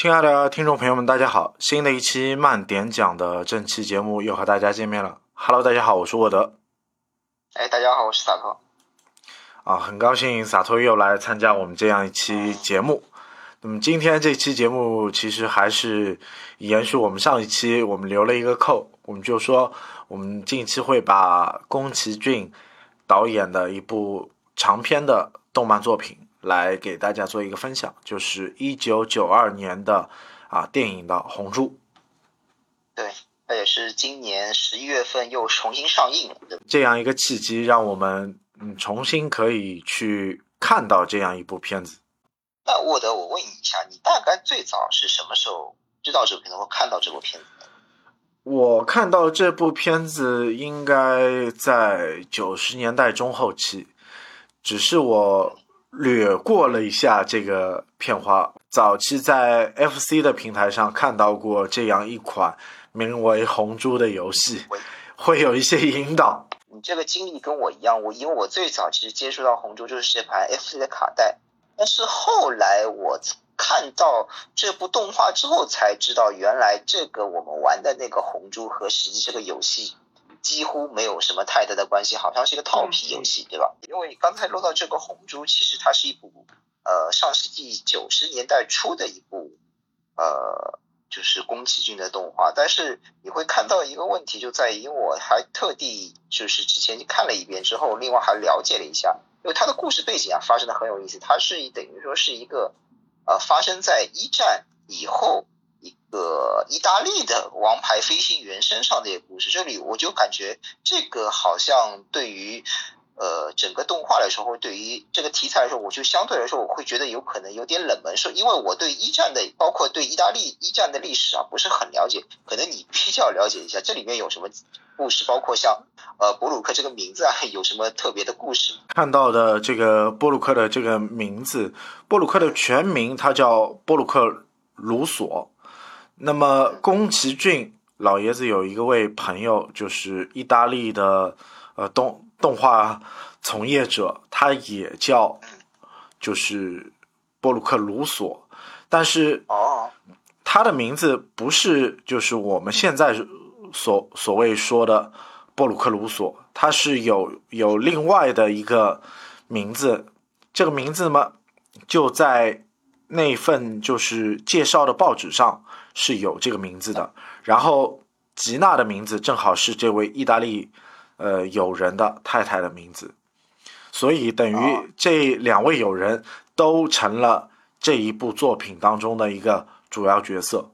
亲爱的听众朋友们，大家好！新的一期慢点讲的正期节目又和大家见面了。Hello，大家好，我是沃德。 大家好，我是洒脱。 很高兴洒脱又来参加我们这样一期节目。那么今天这期节目其实还是延续我们上一期，我们留了一个扣，我们就说我们近期会把宫崎骏导演的一部长篇的动漫作品来给大家做一个分享，就是1992年的电影的《红猪》。 对，它也是今年11月份又重新上映了。 这样一个契机让我们重新可以去看到这样一部片子。 那沃德，我问你一下，你大概最早是什么时候知道这部片子或看到这部片子？ 我看到这部片子应该在90年代中后期，只是我略过了一下这个片花。早期在 FC 的平台上看到过这样一款名为《红猪》的游戏，会有一些引导。 你这个经历跟我一样，因为我最早其实接触到红猪就是这盘 FC 的卡带，但是后来我看到这部动画之后才知道，原来这个我们玩的那个红猪和实际这个游戏几乎没有什么太大的关系，好像是一个套皮游戏，对吧？因为你刚才说到这个红猪，其实它是一部上世纪90年代初的一部就是宫崎骏的动画，但是你会看到一个问题就在于，因为我还特地就是之前看了一遍之后，另外还了解了一下，因为它的故事背景发生的很有意思，它是等于说是一个发生在一战以后一个意大利的王牌飞行员身上的一个故事。这里我就感觉这个好像对于整个动画来说，或对于这个题材来说，我就相对来说我会觉得有可能有点冷门，因为我对一战的包括对意大利一战的历史不是很了解，可能你比较了解一下这里面有什么故事，包括像波鲁克这个名字有什么特别的故事。 看到的这个波鲁克的这个名字，波鲁克的全名他叫波鲁克鲁索。那么宫崎骏老爷子有一位朋友，就是意大利的动画从业者，他也叫就是波鲁克鲁索，但是他的名字不是就是我们现在所谓说的波鲁克鲁索，他是有另外的一个名字，这个名字嘛就在那份就是介绍的报纸上是有这个名字的，然后吉娜的名字正好是这位意大利友人的太太的名字，所以等于这两位友人都成了这一部作品当中的一个主要角色。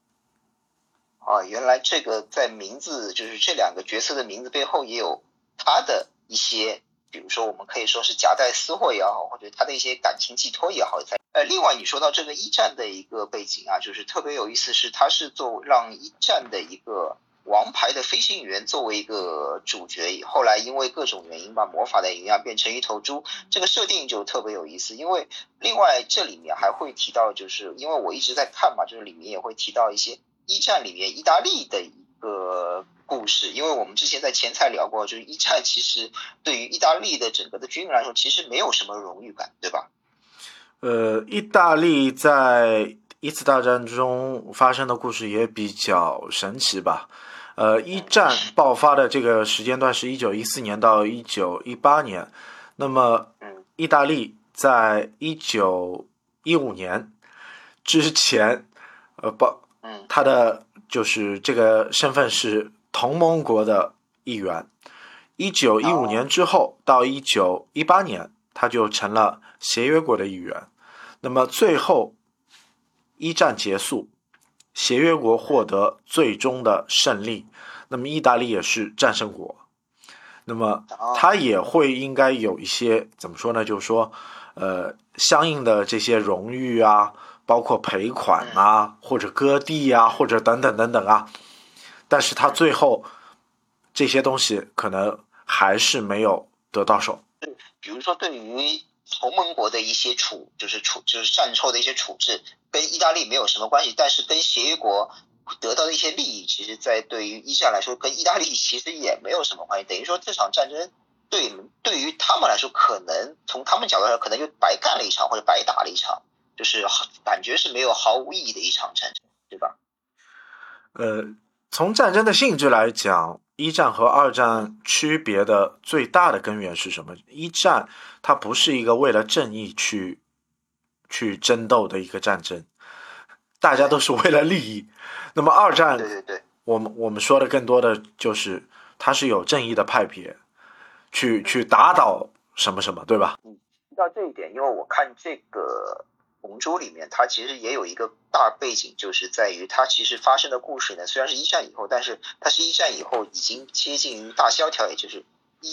原来这个在名字就是这两个角色的名字背后也有他的一些，比如说我们可以说是夹带私货也好，或者他的一些感情寄托也好。另外你说到这个一战的一个背景就是特别有意思，是他是让一战的一个王牌的飞行员作为一个主角，后来因为各种原因把魔法的营养变成一头猪，这个设定就特别有意思。因为另外这里面还会提到，就是因为我一直在看嘛，就是里面也会提到一些一战里面意大利的一个故事。因为我们之前在前菜聊过，就是一战其实对于意大利的整个的军人来说其实没有什么荣誉感，对吧？ 意大利在一次大战中发生的故事也比较神奇吧。一战爆发的这个时间段是1914年到1918年，那么意大利在1915年之前，他的就是这个身份是同盟国的一员。1915年之后到1918年，他就成了协约国的一员。那么最后一战结束，协约国获得最终的胜利，那么意大利也是战胜国，那么他也会应该有一些怎么说呢，就是说相应的这些荣誉包括赔款或者割地或者等等等等但是他最后这些东西可能还是没有得到手。 比如说对于同盟国的一些就是战后的一些处置跟意大利没有什么关系，但是跟协约国得到的一些利益，其实在对于一战来说跟意大利其实也没有什么关系。等于说这场战争对于他们来说，可能从他们角度来说可能就白干了一场或者白打了一场， 就是感觉是没有毫无意义的一场战争，对吧？ 从战争的性质来讲，一战和二战区别的最大的根源是什么？一战它不是一个为了正义去争斗的一个战争，大家都是为了利益。那么二战， 对， 我们说的更多的就是它是有正义的派别去打倒什么什么，对吧？ 提到这一点，因为我看这个红猪里面，它其实也有一个大背景，就是在于它其实发生的故事呢，虽然是一战以后，但是它是一战以后已经接近于大萧条，也就是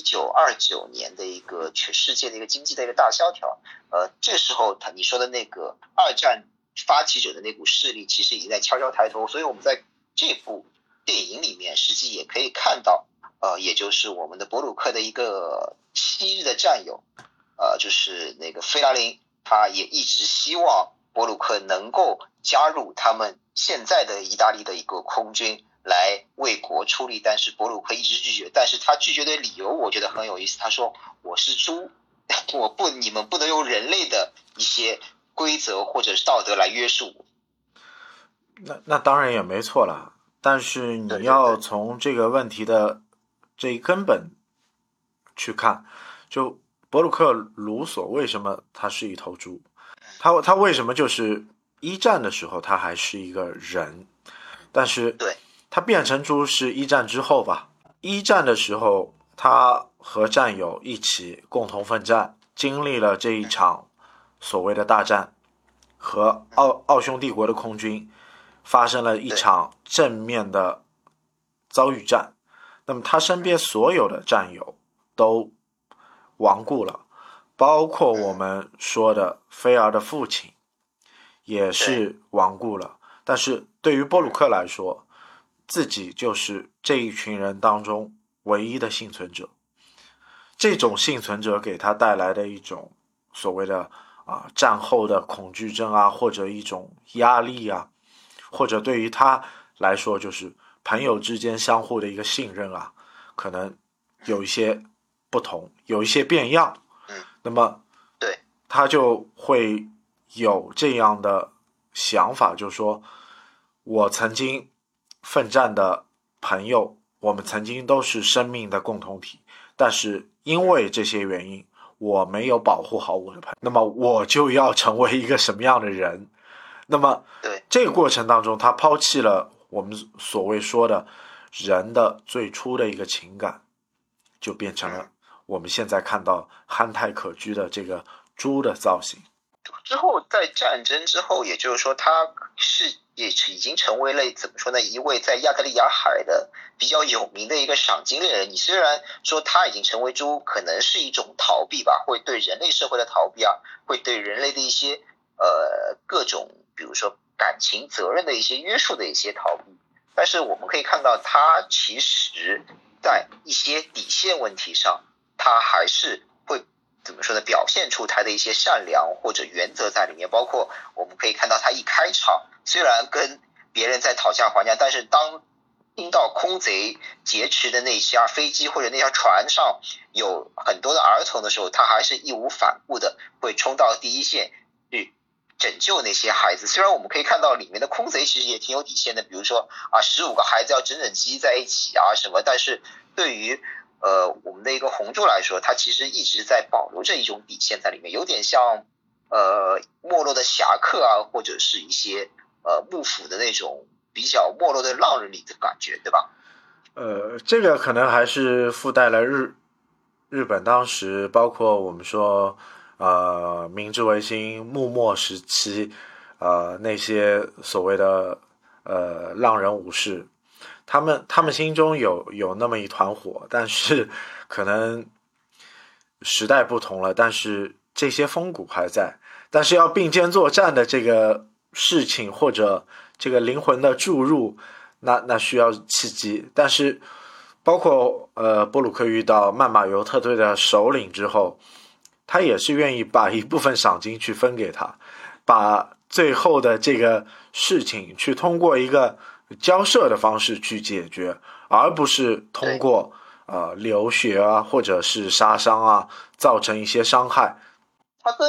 1929年的一个全世界的一个经济的一个大萧条。这时候你说的那个二战发起者的那股势力，其实已经在悄悄抬头，所以我们在这部电影里面实际也可以看到，也就是我们的伯鲁克的一个昔日的战友，就是那个费拉林，他也一直希望伯鲁克能够加入他们现在的意大利的一个空军来为国出力，但是伯鲁克一直拒绝。但是他拒绝的理由我觉得很有意思，他说我是猪，你们不能用人类的一些规则或者是道德来约束我。 那当然也没错了，但是你要从这个问题的这一根本去看，就伯鲁克卢索为什么他是一头猪？他为什么就是一战的时候他还是一个人，但是他变成猪是一战之后吧？一战的时候他和战友一起共同奋战，经历了这一场所谓的大战，和奥匈帝国的空军发生了一场正面的遭遇战。那么他身边所有的战友都亡故了，包括我们说的菲儿的父亲也是亡故了。但是对于波鲁克来说，自己就是这一群人当中唯一的幸存者。这种幸存者给他带来的一种所谓的战后的恐惧症啊，或者一种压力啊，或者对于他来说就是朋友之间相互的一个信任啊，可能有一些不同，有一些变样。那么他就会有这样的想法，就是说我曾经奋战的朋友，我们曾经都是生命的共同体，但是因为这些原因我没有保护好我的朋友，那么我就要成为一个什么样的人？那么这个过程当中他抛弃了我们所谓说的人的最初的一个情感，就变成了我们现在看到憨态可掬的这个猪的造型。 之后在战争之后，也就是说他也已经成为了怎么说呢，一位在亚得里亚海的比较有名的一个赏金猎人。你虽然说他已经成为猪，可能是一种逃避吧，会对人类社会的逃避啊，会对人类的一些各种比如说感情责任的一些约束的一些逃避。但是我们可以看到他其实在一些底线问题上，他还是会怎么说呢？表现出他的一些善良或者原则在里面。包括我们可以看到，他一开场虽然跟别人在讨价还价，但是当听到空贼劫持的那架飞机或者那条船上有很多的儿童的时候，他还是义无反顾的会冲到第一线去拯救那些孩子。虽然我们可以看到里面的空贼其实也挺有底线的，比如说15个孩子要整齐在一起啊什么，但是对于我们的一个红猪来说，它其实一直在保留着一种底线在里面，有点像没落的侠客啊，或者是一些幕府的那种比较没落的浪人里的感觉，对吧？ 这个可能还是附带了日本当时包括我们说明治维新幕末时期那些所谓的浪人武士，他们心中有那么一团火，但是可能时代不同了，但是这些风骨还在。但是要并肩作战的这个事情或者这个灵魂的注入，那需要契机。但是包括波鲁克遇到曼马尤特队的首领之后，他也是愿意把一部分赏金去分给他，把最后的这个事情去通过一个交涉的方式去解决，而不是通过流血啊或者是杀伤啊造成一些伤害。 他跟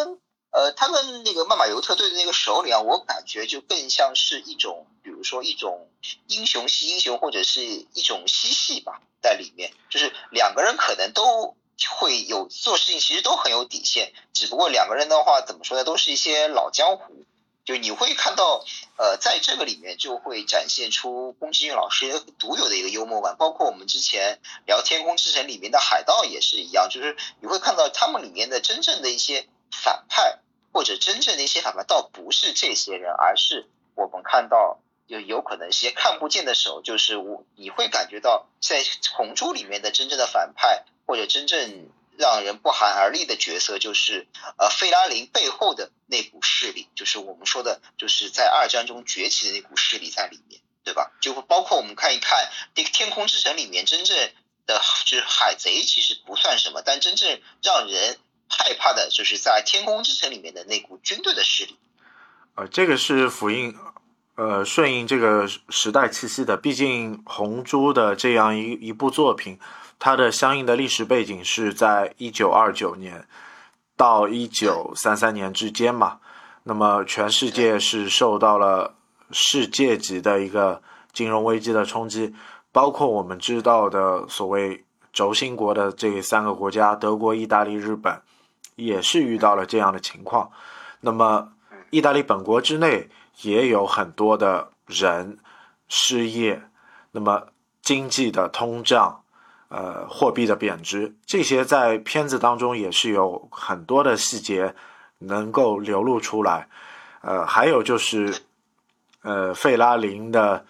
他们那个曼马尤特队的那个首领啊，我感觉就更像是一种，比如说一种英雄惜英雄，或者是一种嬉戏吧，在里面，就是两个人可能都会有做事情，其实都很有底线，只不过两个人的话怎么说呢，都是一些老江湖。就你会看到，在这个里面就会展现出宫崎骏老师独有的一个幽默感，包括我们之前聊《天空之城》里面的海盗也是一样，就是你会看到他们里面的真正的一些反派，或者真正的一些反派，倒不是这些人，而是我们看到有可能是些看不见的手，就是你会感觉到在红猪里面的真正的反派，或者真正让人不寒而栗的角色，就是费拉林背后的那股势力，就是我们说的，就是在二战中崛起的那股势力在里面，对吧？就包括我们看一看那个《天空之城》里面真正的就是海贼，其实不算什么，但真正让人害怕的就是在《天空之城》里面的那股军队的势力。 这个是顺应这个时代气息的，毕竟红猪的这样一部作品，它的相应的历史背景是在1929年到1933年之间嘛。那么全世界是受到了世界级的一个金融危机的冲击，包括我们知道的所谓轴心国的这三个国家，德国、意大利、日本，也是遇到了这样的情况。那么意大利本国之内也有很多的人失业，那么经济的通胀，货币的贬值，这些在片子当中也是有很多的细节能够流露出来。还有就是费拉林的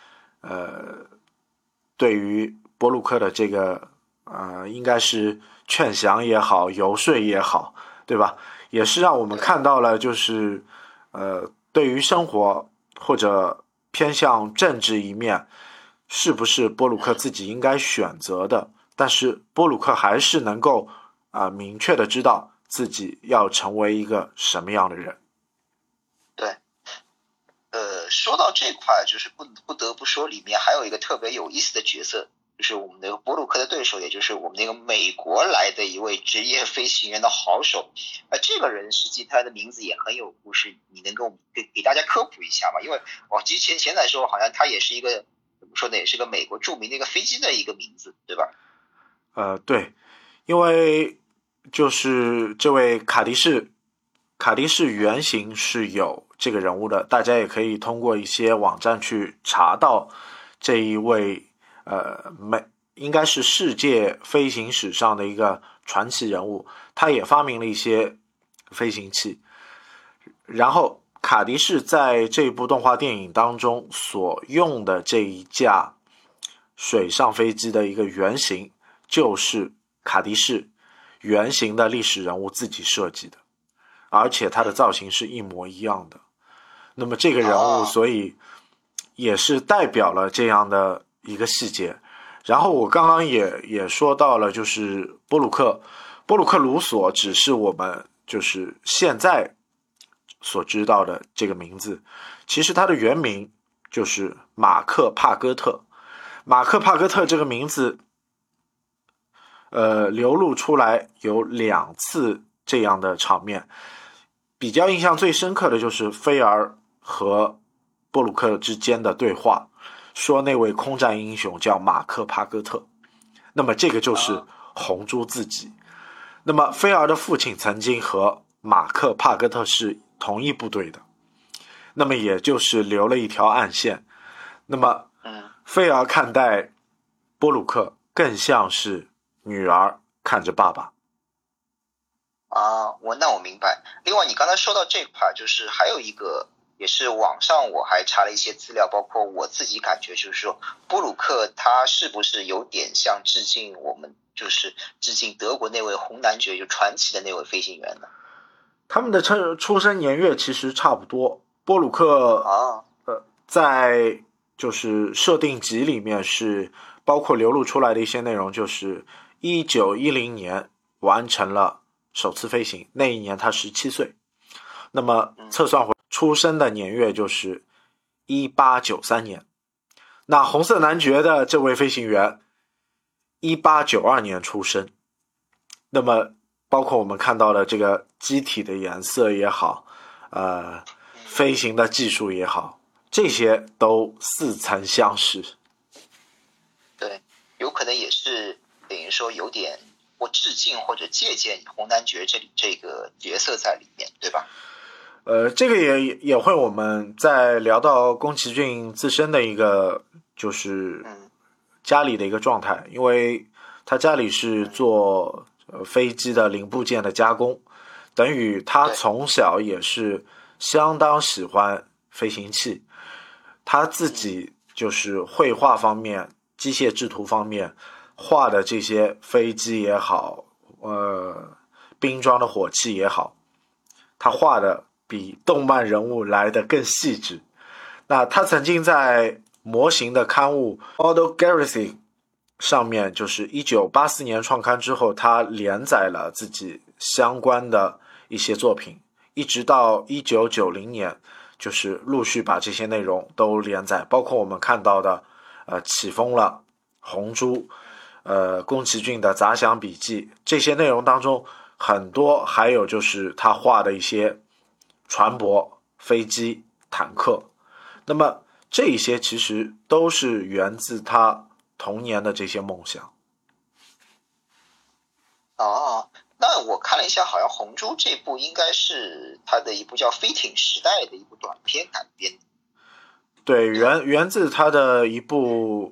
对于波鲁克的这个应该是劝降也好，游说也好，对吧？也是让我们看到了就是对于生活或者偏向政治一面，是不是波鲁克自己应该选择的？但是波鲁克还是能够明确的知道自己要成为一个什么样的人。 对，说到这块，就是不得不说，里面还有一个特别有意思的角色，就是我们那个波鲁克的对手，也就是我们那个美国来的一位职业飞行员的好手。这个人实际他的名字也很有故事，你能给大家科普一下吗？因为我之前来说，好像他也是一个怎么说呢，也是个美国著名的一个飞机的一个名字，对吧？ 对，因为就是这位卡迪士原型是有这个人物的，大家也可以通过一些网站去查到这一位应该是世界飞行史上的一个传奇人物，他也发明了一些飞行器。然后卡迪士在这部动画电影当中所用的这一架水上飞机的一个原型，就是卡迪士原型的历史人物自己设计的，而且它的造型是一模一样的。那么这个人物所以也是代表了这样的一个细节。然后我刚刚也说到了，就是波鲁克鲁索只是我们就是现在所知道的这个名字，其实他的原名就是马克帕戈特。马克帕戈特这个名字流露出来有2次这样的场面，比较印象最深刻的就是菲尔和波鲁克之间的对话，说那位空战英雄叫马克帕戈特，那么这个就是红猪自己。那么菲尔的父亲曾经和马克帕戈特是同一部队的，那么也就是留了一条暗线。那么菲尔看待波鲁克更像是女儿看着爸爸。 那我明白。另外你刚才说到这块，就是还有一个也是网上我还查了一些资料，包括我自己感觉就是说波鲁克他是不是有点像致敬德国那位红男爵，就传奇的那位飞行员呢？ 他们的出生年月其实差不多。波鲁克在就是设定集里面是包括流露出来的一些内容，就是1910年完成了首次飞行，那一年他17岁。那么测算回出生的年月就是1893年。那红色男爵的这位飞行员1892年出生，那么包括我们看到的这个机体的颜色也好，飞行的技术也好，这些都似曾相识。 对，有可能也是等于说有点或致敬或者借鉴洪男爵这个角色在里面，对吧？ 这个也会我们在聊到宫崎骏自身的一个就是家里的一个状态，因为他家里是做飞机的零部件的加工，等于他从小也是相当喜欢飞行器，他自己就是绘画方面、机械制图方面画的这些飞机也好，冰装的火器也好，他画的比动漫人物来得更细致。那他曾经在模型的刊物 Auto Galaxy 上面，就是1984年创刊之后，他连载了自己相关的一些作品，一直到1990年，就是陆续把这些内容都连载，包括我们看到的起风了、红猪、宫崎骏的杂想笔记，这些内容当中很多还有就是他画的一些船舶、飞机、坦克，那么这一些其实都是源自他童年的这些梦想。 哦，那我看了一下，好像《红猪》这部应该是他的一部叫《飞艇时代》的一部短片改编的。 对，源自他的一部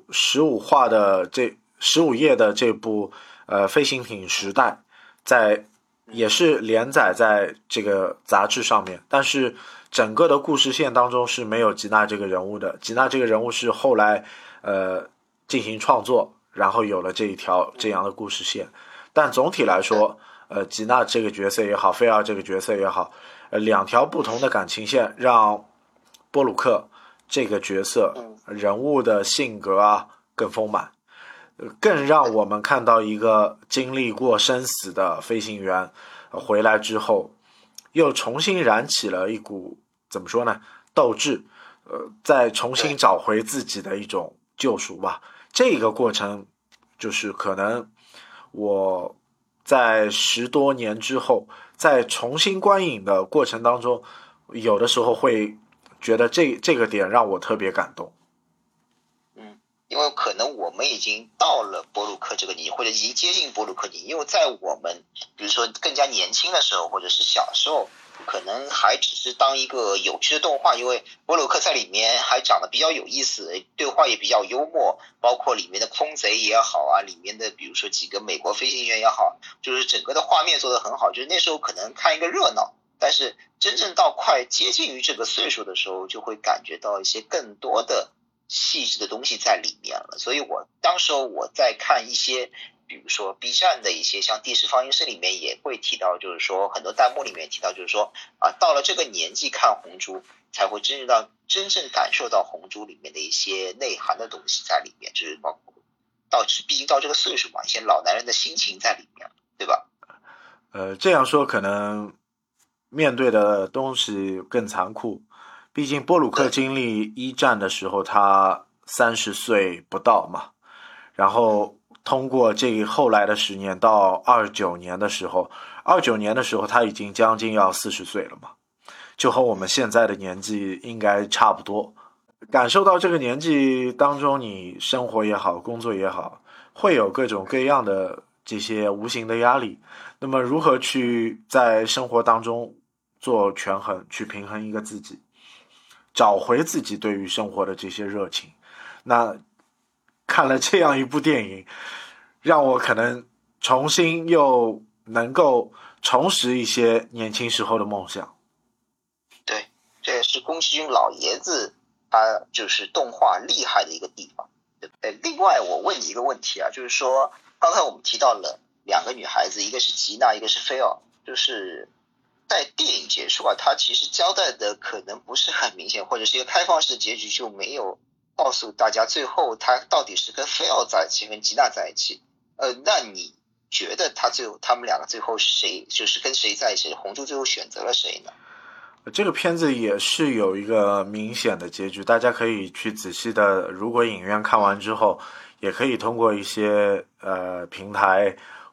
15页的这部飞行艇时代，也是连载在这个杂志上面，但是整个的故事线当中是没有吉娜这个人物的。吉娜这个人物是后来进行创作，然后有了这一条这样的故事线。但总体来说，吉娜这个角色也好，菲尔这个角色也好，两条不同的感情线让波鲁克这个角色人物的性格啊更丰满，更让我们看到一个经历过生死的飞行员回来之后，又重新燃起了一股怎么说呢斗志，再重新找回自己的一种救赎吧。这个过程就是可能我在10多年之后，在重新观影的过程当中，有的时候会觉得这个点让我特别感动。 因为可能我们已经到了波鲁克这个年，或者已经接近波鲁克年，因为在我们比如说更加年轻的时候，或者是小时候，可能还只是当一个有趣的动画，因为波鲁克在里面还长得比较有意思，对话也比较幽默，包括里面的空贼也好啊，里面的比如说几个美国飞行员也好，就是整个的画面做得很好，就是那时候可能看一个热闹。但是真正到快接近于这个岁数的时候，就会感觉到一些更多的细致的东西在里面了。所以当时我在看一些比如说 B 站的一些像第10放映室里面也会提到，就是说很多弹幕里面提到，就是说到了这个年纪看红猪才会真正感受到红猪里面的一些内涵的东西在里面，就是包括毕竟到这个岁数嘛，一些老男人的心情在里面，对吧？ 这样说可能面对的东西更残酷，毕竟波鲁克经历一战的时候他30岁不到嘛，然后通过这后来的10年到29年的时候他已经将近要40岁了嘛，就和我们现在的年纪应该差不多。感受到这个年纪当中，你生活也好，工作也好，会有各种各样的这些无形的压力。那么如何去在生活当中做权衡，去平衡一个自己，找回自己对于生活的这些热情。那看了这样一部电影，让我可能重新又能够重拾一些年轻时候的梦想。 对，这也是宫崎骏老爷子他就是动画厉害的一个地方。另外我问你一个问题啊，就是说刚才我们提到了2个女孩子，一个是吉娜，一个是菲奥，就是在电影结束它其实交代的可能不是很明显，或者是一个开放式结局，就没有告诉大家最后他到底是跟菲奥在一起跟吉娜在一起。那你觉得他们2个最后谁就是跟谁在一起，红猪最后选择了谁呢？ 这个片子也是有一个明显的结局，大家可以去仔细的，如果影院看完之后，也可以通过一些平台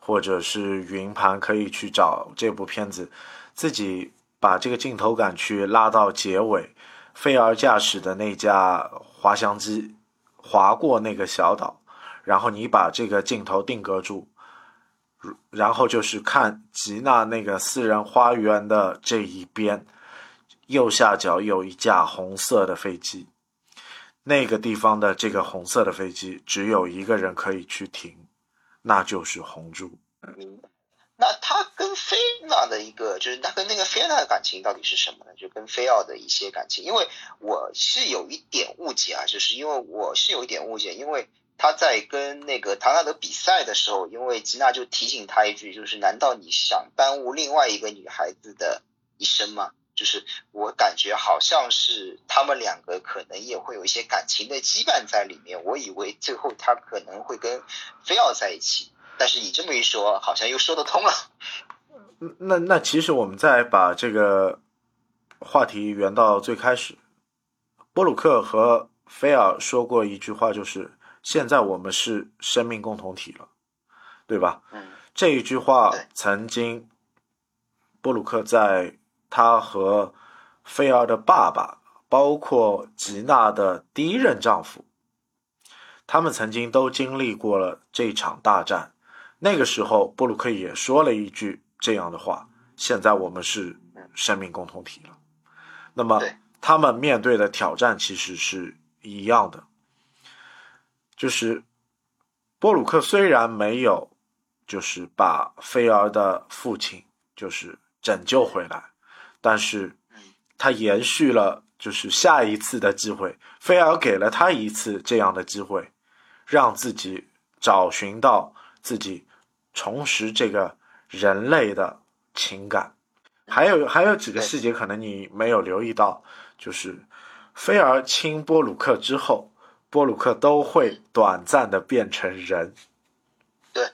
或者是云盘，可以去找这部片子，自己把这个镜头感去拉到结尾，菲儿驾驶的那架滑翔机划过那个小岛，然后你把这个镜头定格住，然后就是看吉娜那个私人花园的这一边，右下角有一架红色的飞机，那个地方的这个红色的飞机只有一个人可以去停，那就是红猪。 明白。那他跟菲娜的一个，就是他跟那个菲娜的感情到底是什么呢？就跟菲奥的一些感情，因为我是有一点误解啊，就是因为我是有一点误解，因为他在跟那个唐纳德比赛的时候，因为吉娜就提醒他一句，就是难道你想耽误另外一个女孩子的一生吗？就是我感觉好像是他们两个可能也会有一些感情的羁绊在里面，我以为最后他可能会跟菲奥在一起，但是你这么一说，好像又说得通了。 那其实我们再把这个话题圆到最开始，波鲁克和菲尔说过一句话，就是现在我们是生命共同体了，对吧？这一句话曾经波鲁克在他和菲儿的爸爸，包括吉娜的第一任丈夫，他们曾经都经历过了这场大战。那个时候波鲁克也说了一句这样的话，现在我们是生命共同体了。那么他们面对的挑战其实是一样的，就是波鲁克虽然没有就是把菲儿的父亲就是拯救回来，但是他延续了就是下一次的机会，菲儿给了他一次这样的机会，让自己找寻到自己重拾这个人类的情感。还有几个细节可能你没有留意到，就是菲儿亲波鲁克之后，波鲁克都会短暂的变成人。 对，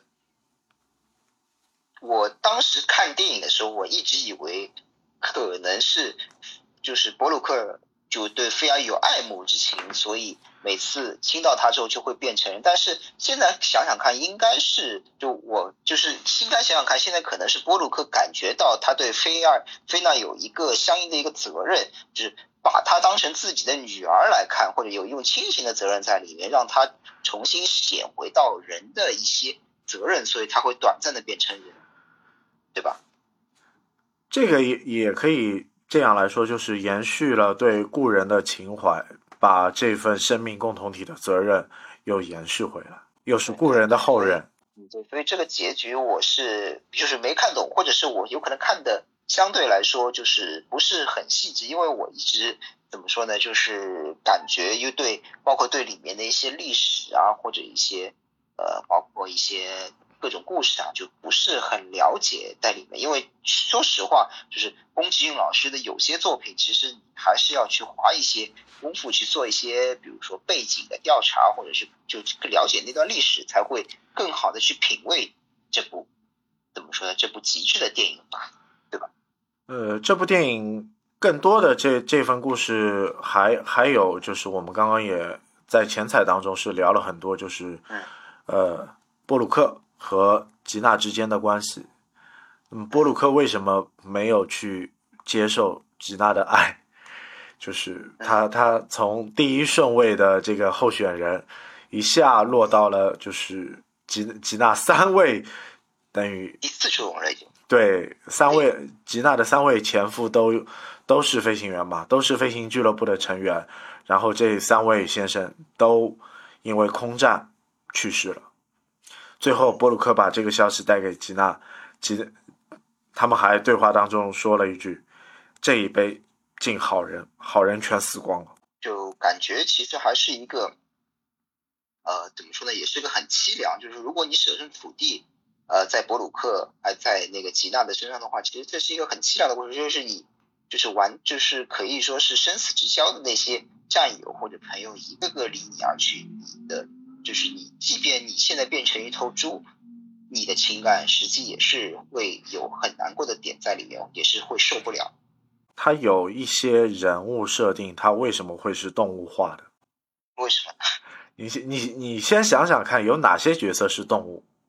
我当时看电影的时候，我一直以为可能是就是波鲁克就对菲儿有爱慕之情，所以每次亲到他之后就会变成人。但是现在想想看，应该是应该想想看，现在可能是波鲁克感觉到他对菲娜有一个相应的一个责任，就是把她当成自己的女儿来看，或者有用亲情的责任在里面，让她重新捡回到人的一些责任，所以他会短暂的变成人，对吧？ 这个也可以这样来说，就是延续了对故人的情怀，把这份生命共同体的责任又延续回来，又是故人的后人。 对，所以这个结局我是就是没看懂，或者是我有可能看的相对来说就是不是很细致，因为我一直怎么说呢，就是感觉又包括对里面的一些历史啊，或者一些包括一些各种故事啊，就不是很了解在里面。因为说实话，就是宫崎骏老师的有些作品，其实你还是要去花一些功夫去做一些，比如说背景的调查，或者是就了解那段历史，才会更好的去品味这部怎么说呢，这部极致的电影吧，对吧？ 这部电影更多的这份故事还有就是我们刚刚也在前采当中是聊了很多，就是波鲁克和吉娜之间的关系。波鲁克为什么没有去接受吉娜的爱？就是他从第一顺位的这个候选人一下落到了就是吉娜3位，等于第4顺位已经。 对，3位吉娜的3位前夫都是飞行员嘛，都是飞行俱乐部的成员，然后这3位先生都因为空战去世了。最后波鲁克把这个消息带给吉娜，他们还对话当中说了一句：这一杯敬好人，好人全死光了。 就感觉其实还是一个怎么说呢，也是个很凄凉，就是如果你舍身处地在波鲁克还在那个吉娜的身上的话，其实这是一个很凄凉的故事，就是你就是可以说是生死之交的那些战友或者朋友一个个离你而去，你的就是你即便你现在变成一头猪，你的情感实际也是会有很难过的点在里面，也是会受不了。 他有一些人物设定，他为什么会是动物化的？ 为什么？ 你先想想看，有哪些角色是动物？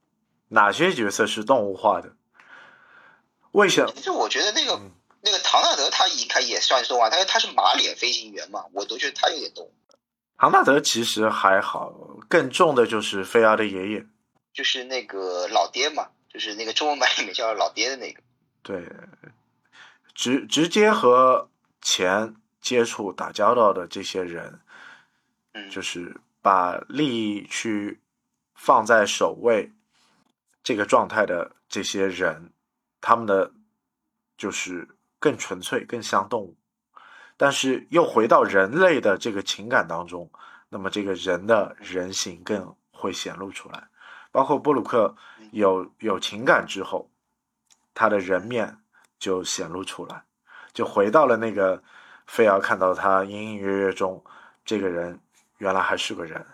哪些角色是动物化的？为什么？ 其实我觉得那个唐纳德他也算是动物化，但是他是马脸飞行员嘛，我都觉得他有点动物。 唐纳德其实还好，更重的就是菲儿的爷爷， 就是那个老爹嘛，就是那个中文版里面叫老爹的那个。 对，直接和钱接触打交道的这些人，就是把利益去放在首位这个状态的这些人，他们的就是更纯粹，更像动物。但是又回到人类的这个情感当中，那么这个人的人性更会显露出来。包括波鲁克有情感之后，他的人面就显露出来，就回到了那个菲儿看到他隐隐约约中，这个人原来还是个人。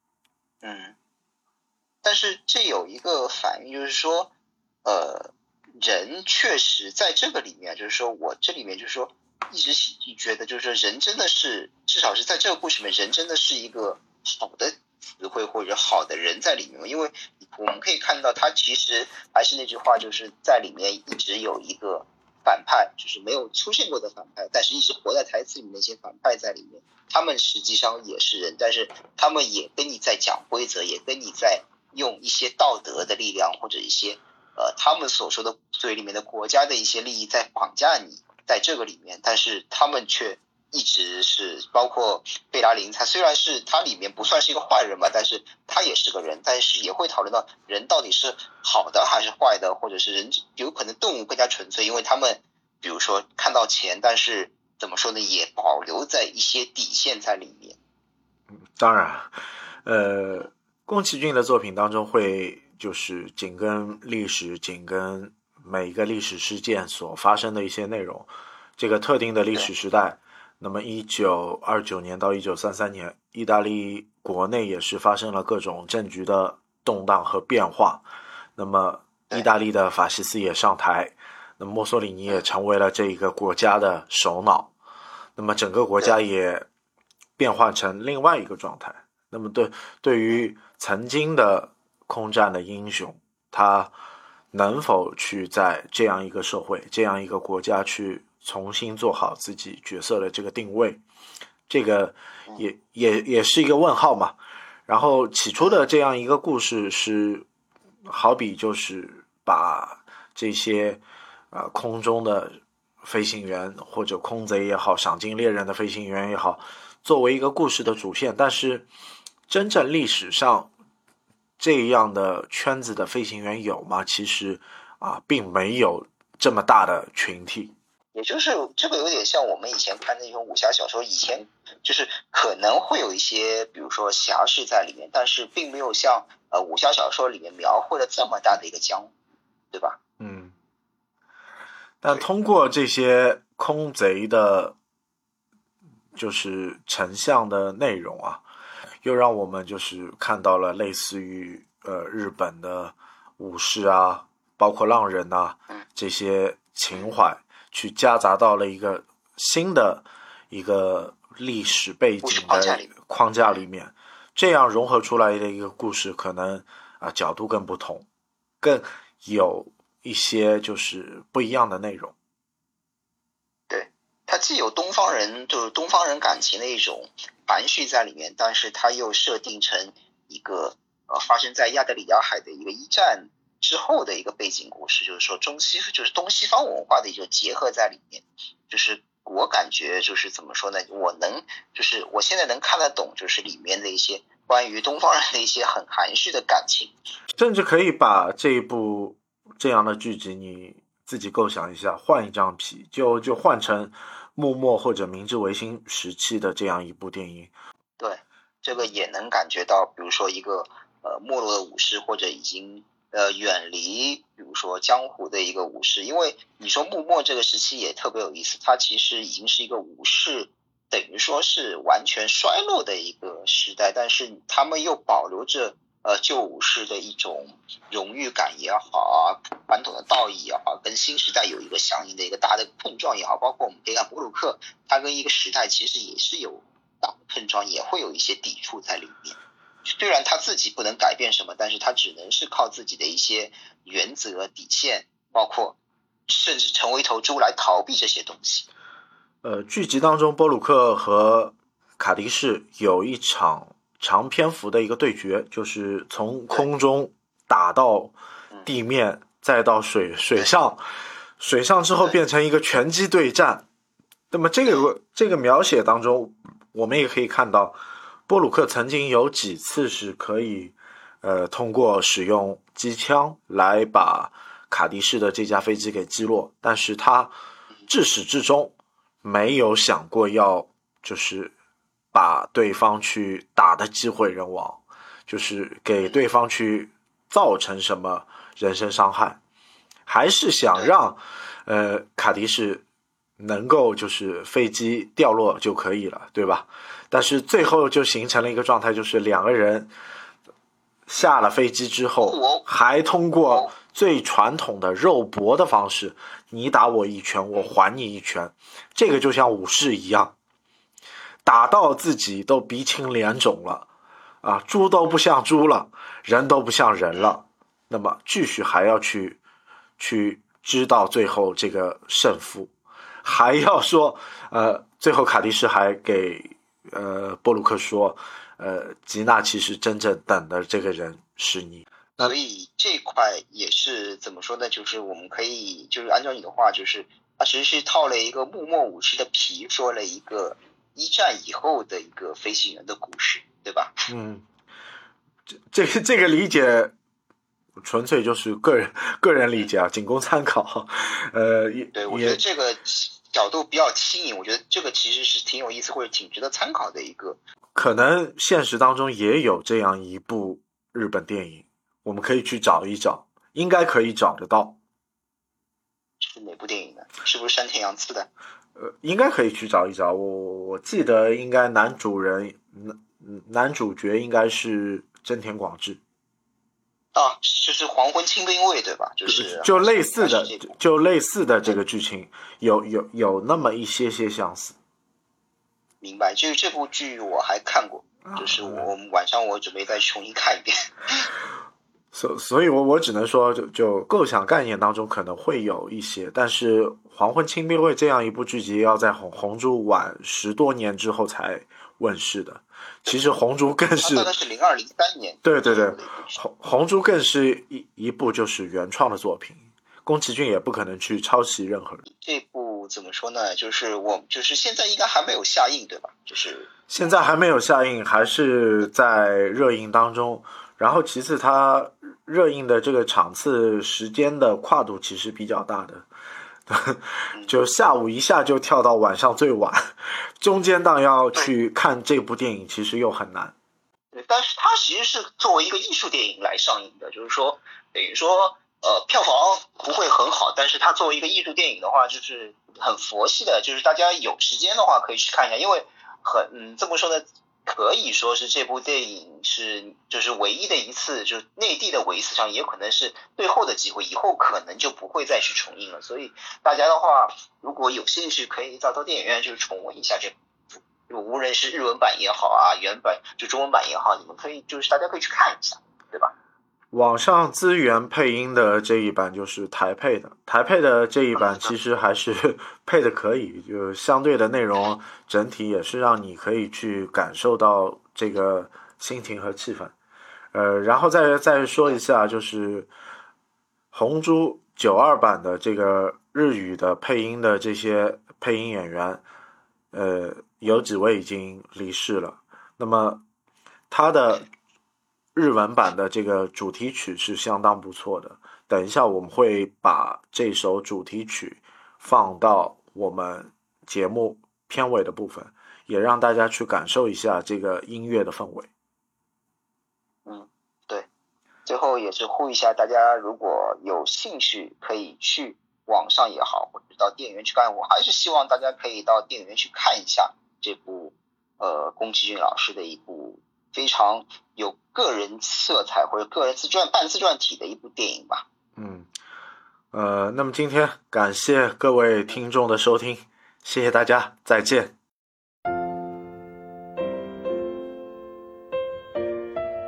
但是这有一个反应，就是说，人确实在这个里面，就是说我这里面就是说，一直觉得就是说，人真的是，至少是在这个故事里面，人真的是一个好的词汇或者好的人在里面，因为我们可以看到，他其实还是那句话，就是在里面一直有一个反派，就是没有出现过的反派，但是一直活在台词里面那些反派在里面，他们实际上也是人，但是他们也跟你在讲规则，也跟你在用一些道德的力量或者一些他们所说的嘴里面的国家的一些利益在绑架你，在这个里面，但是他们却一直是，包括贝拉林，他虽然是他里面不算是一个坏人吧，但是他也是个人，但是也会讨论到人到底是好的还是坏的，或者是人有可能动物更加纯粹，因为他们比如说看到钱，但是怎么说呢，也保留在一些底线在里面。 当然，宫崎骏的作品当中会就是紧跟历史，紧跟每一个历史事件所发生的一些内容，这个特定的历史时代。那么1929年到1933年，意大利国内也是发生了各种政局的动荡和变化。那么意大利的法西斯也上台，那么墨索里尼也成为了这一个国家的首脑。那么整个国家也变换成另外一个状态。那么对于曾经的空战的英雄，他能否去在这样一个社会、这样一个国家去重新做好自己角色的这个定位，这个也是一个问号嘛。然后起初的这样一个故事是，好比就是把这些空中的飞行员或者空贼也好，赏金猎人的飞行员也好，作为一个故事的主线，但是真正历史上这样的圈子的飞行员有吗？其实并没有这么大的群体。 也就是这个有点像我们以前看那种武侠小说，以前就是可能会有一些比如说侠士在里面，但是并没有像武侠小说里面描绘的这么大的一个江湖，对吧？ 但通过这些空贼的就是成像的内容又让我们就是看到了类似于日本的武士包括浪人这些情怀，去夹杂到了一个新的一个历史背景的框架里面，这样融合出来的一个故事，可能角度更不同，更有一些就是不一样的内容。 对，它既有东方人就是东方人感情的一种含蓄在里面，但是它又设定成一个发生在亚得里亚海的一个一战之后的一个背景故事，就是说就是东西方文化的一种结合在里面。就是我感觉就是怎么说呢，就是我现在能看得懂，就是里面的一些关于东方人的一些很含蓄的感情， 甚至可以把这一部这样的剧集你自己构想一下，换一张皮，就换成幕末或者明治维新时期的这样一部电影。 对，这个也能感觉到，比如说一个没落的武士，或者已经远离比如说江湖的一个武士。因为你说幕末这个时期也特别有意思，它其实已经是一个武士等于说是完全衰落的一个时代，但是他们又保留着旧武士的一种荣誉感也好传统的道义也好，跟新时代有一个相应的一个大的碰撞也好，包括我们可以看博鲁克，他跟一个时代其实也是有大的碰撞，也会有一些抵触在里面。 虽然他自己不能改变什么，但是他只能是靠自己的一些原则底线，包括甚至成为一头猪来逃避这些东西。 剧集当中波鲁克和卡迪士有一场长篇幅的一个对决，就是从空中打到地面，再到水上之后变成一个拳击对战。那么这个描写当中，我们也可以看到波鲁克曾经有几次是可以通过使用机枪来把卡迪士的这架飞机给击落，但是他至始至终没有想过要就是把对方去打得机毁人亡，就是给对方去造成什么人身伤害，还是想让卡迪士能够就是飞机掉落就可以了，对吧？但是最后就形成了一个状态，就是两个人下了飞机之后，还通过最传统的肉搏的方式，你打我一拳，我还你一拳，这个就像武士一样，打到自己都鼻青脸肿了啊，猪都不像猪了，人都不像人了，那么继续还要去知道最后这个胜负，还要说最后卡迪士还给波鲁克说吉娜其实真正等的这个人是你。 所以这块也是怎么说呢，就是我们可以就是按照你的话，就是他其实是套了一个幕末武士的皮，说了一个一战以后的一个飞行员的故事，对吧？ 这个理解纯粹就是个人理解啊，仅供参考。 对，我觉得这个角度比较新颖，我觉得这个其实是挺有意思或者挺值得参考的一个。 可能现实当中也有这样一部日本电影，我们可以去找一找，应该可以找得到。 是哪部电影呢？是不是山田洋次的？ 应该可以去找一找。我记得应该男主角应该是真田广志。 啊，就是黄昏清兵卫对吧？ 就类似的这个剧情，有那么一些相似。 明白，就是这部剧我还看过，就是我晚上我准备再重新看一遍。 所以我只能说就构想概念当中可能会有一些，但是《黄昏清兵卫》这样一部剧集要在红猪晚10多年之后才问世的。其实红猪更是大概是0203年。 对，红猪更是一部就是原创的作品，宫崎骏也不可能去抄袭任何人。 这部怎么说呢？就是现在应该还没有下映对吧？就是现在还没有下映，还是在热映当中。然后其次它热映的这个场次时间的跨度其实比较大的，就下午一下就跳到晚上最晚，中间档要去看这部电影其实又很难。 对，但是它其实是作为一个艺术电影来上映的，就是说等于说票房不会很好，但是它作为一个艺术电影的话，就是很佛系的，就是大家有时间的话可以去看一下，因为这么说呢，可以说是这部电影就是唯一的一次，就是内地的唯一次上映，也可能是最后的机会，以后可能就不会再去重映了。所以大家的话，如果有兴趣，可以到电影院就是重温一下这部，无论是日文版也好啊，原版就中文版也好，你们可以就是大家可以去看一下，对吧？ 网上资源配音的这一版就是台配的这一版其实还是配的可以，就相对的内容整体也是让你可以去感受到这个心情和气氛。然后再说一下，就是红猪92版的这个日语的配音的这些配音演员，有几位已经离世了。那么他的日文版的这个主题曲是相当不错的，等一下我们会把这首主题曲放到我们节目片尾的部分，也让大家去感受一下这个音乐的氛围。 对，最后也是呼吁一下大家，如果有兴趣可以去网上也好，或者到电影院去看，我还是希望大家可以到电影院去看一下这部宫崎骏老师的一部非常有个人色彩或者个人半自传体的一部电影吧。 那么今天感谢各位听众的收听，谢谢大家，再见。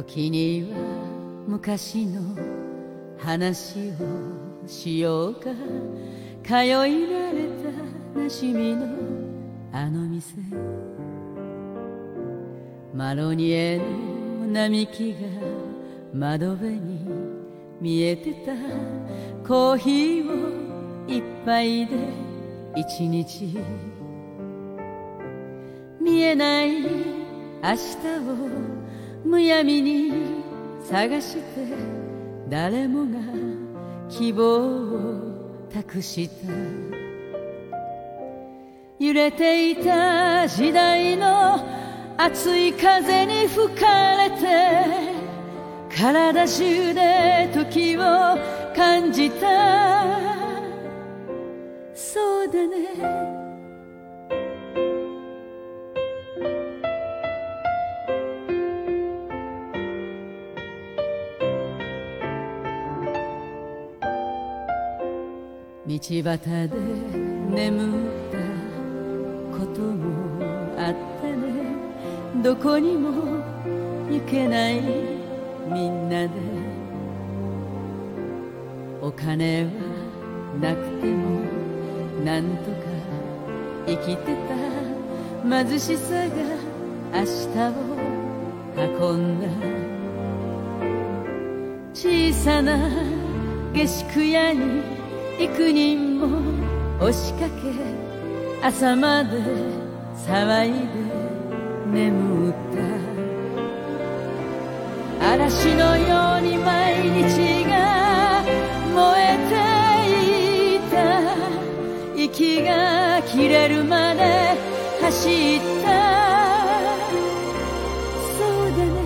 時には昔の話をしようか通い慣れたなじみのあの店マロニエの並木が窓辺に見えてたコーヒーを一杯で一日見えない明日をむやみに探して誰もが希望を託した揺れていた時代の熱い風に吹かれて体中で時を感じたそうだね道端で眠ったこともあったねどこにも行けないみんなでお金はなくてもなんとか生きてた貧しさが明日を運んだ小さな下宿屋に幾人も押しかけ朝まで騒いで眠った嵐のように毎日が燃えていた息が切れるまで走ったそうだね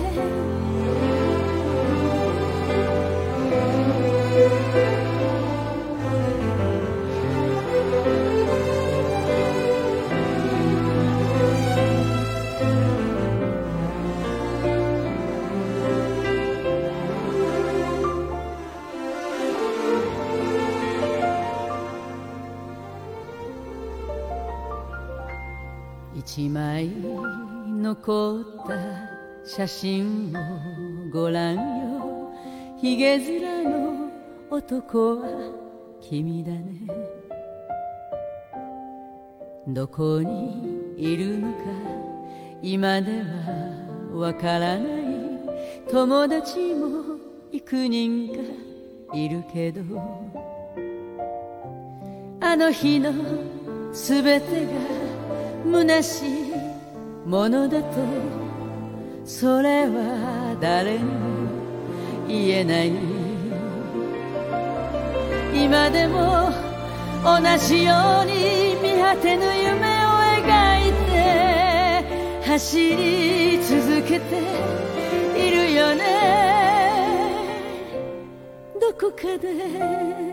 一枚残った写真をご覧よひげ面の男は君だねどこにいるのか今ではわからない友達も幾人かいるけどあの日のすべてが虚しいものだとそれは誰にも言えない今でも同じように見果てぬ夢を描いて走り続けているよねどこかで